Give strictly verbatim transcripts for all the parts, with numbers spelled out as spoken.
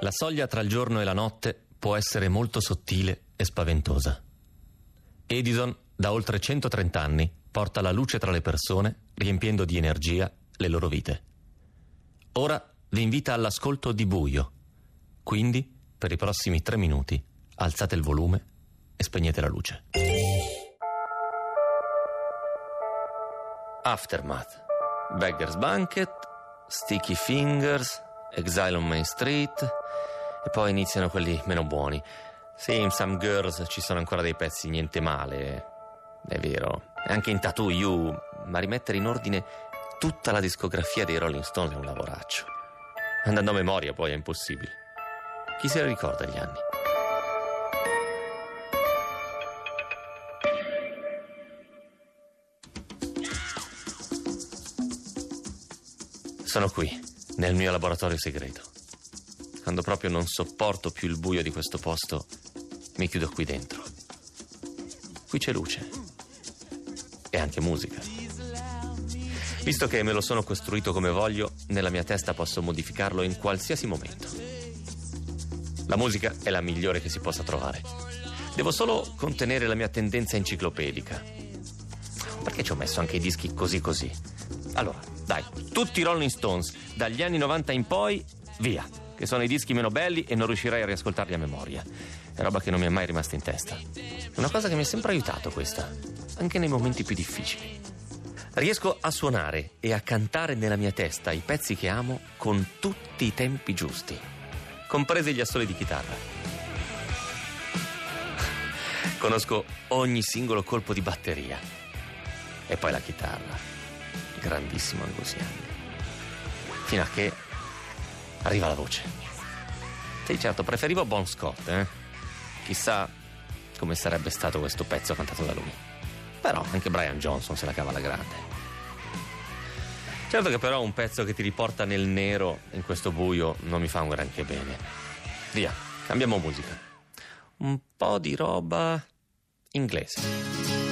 La soglia tra il giorno e la notte può essere molto sottile e spaventosa. Edison, da oltre centotrenta anni, porta la luce tra le persone, riempiendo di energia le loro vite. Ora vi invita all'ascolto di Buio. Quindi, per i prossimi tre minuti, alzate il volume e spegnete la luce. Aftermath, Beggar's Banquet, Sticky Fingers, Exile on Main Street, e poi iniziano quelli meno buoni. Sì, in Some Girls ci sono ancora dei pezzi niente male, è vero. E anche in Tattoo You, ma rimettere in ordine tutta la discografia dei Rolling Stones è un lavoraccio. Andando a memoria poi è impossibile. Chi se ne ricorda gli anni? Sono qui, nel mio laboratorio segreto. Quando proprio non sopporto più il buio di questo posto, mi chiudo qui dentro. Qui c'è luce. E anche musica. Visto che me lo sono costruito come voglio, nella mia testa posso modificarlo in qualsiasi momento. La musica è la migliore che si possa trovare. Devo solo contenere la mia tendenza enciclopedica. Perché ci ho messo anche i dischi così così? Allora, dai, tutti i Rolling Stones, dagli anni novanta in poi, via, che sono i dischi meno belli e non riuscirei a riascoltarli a memoria. È roba che non mi è mai rimasta in testa. È una cosa che mi ha sempre aiutato questa, anche nei momenti più difficili. Riesco a suonare e a cantare nella mia testa i pezzi che amo con tutti i tempi giusti, compresi gli assoli di chitarra. Conosco ogni singolo colpo di batteria. E poi la chitarra. Grandissimo angosciante. Fino a che arriva la voce. Sì, certo, preferivo Bon Scott, eh? Chissà come sarebbe stato questo pezzo cantato da lui. Però anche Brian Johnson se la cava alla grande. Certo che però un pezzo che ti riporta nel nero in questo buio non mi fa un granché bene. Via, cambiamo musica. Un po' di roba inglese.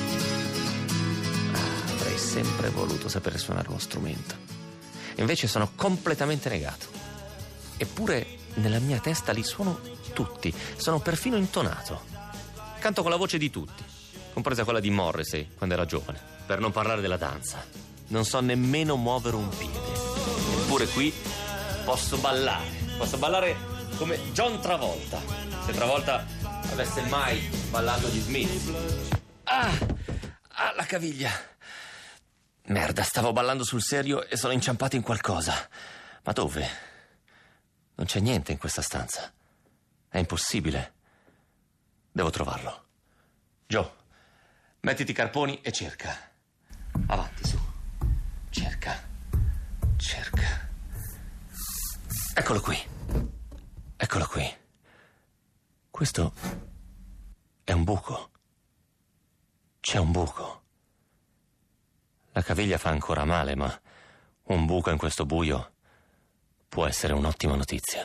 Sempre voluto sapere suonare uno strumento. Invece sono completamente negato. Eppure nella mia testa li suono tutti. Sono perfino intonato. Canto con la voce di tutti, compresa quella di Morrissey quando era giovane. Per non parlare della danza. Non so nemmeno muovere un piede. Eppure qui posso ballare. Posso ballare come John Travolta. Se Travolta avesse mai ballato gli Smith. Ah! Ah, la caviglia. Merda, stavo ballando sul serio e sono inciampato in qualcosa. Ma dove? Non c'è niente in questa stanza. È impossibile. Devo trovarlo. Joe, mettiti i carponi e cerca. Avanti, su. Cerca. Cerca. Eccolo qui. Eccolo qui. Questo è un buco. C'è un buco. La caviglia fa ancora male, ma un buco in questo buio può essere un'ottima notizia.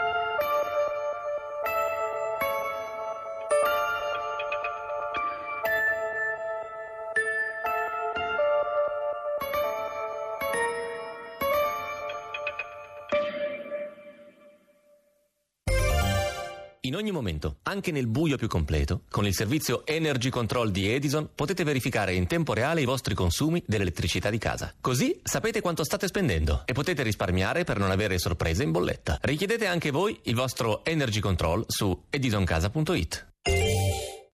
In ogni momento, anche nel buio più completo, con il servizio Energy Control di Edison potete verificare in tempo reale i vostri consumi dell'elettricità di casa. Così sapete quanto state spendendo e potete risparmiare per non avere sorprese in bolletta. Richiedete anche voi il vostro Energy Control su edisoncasa punto it.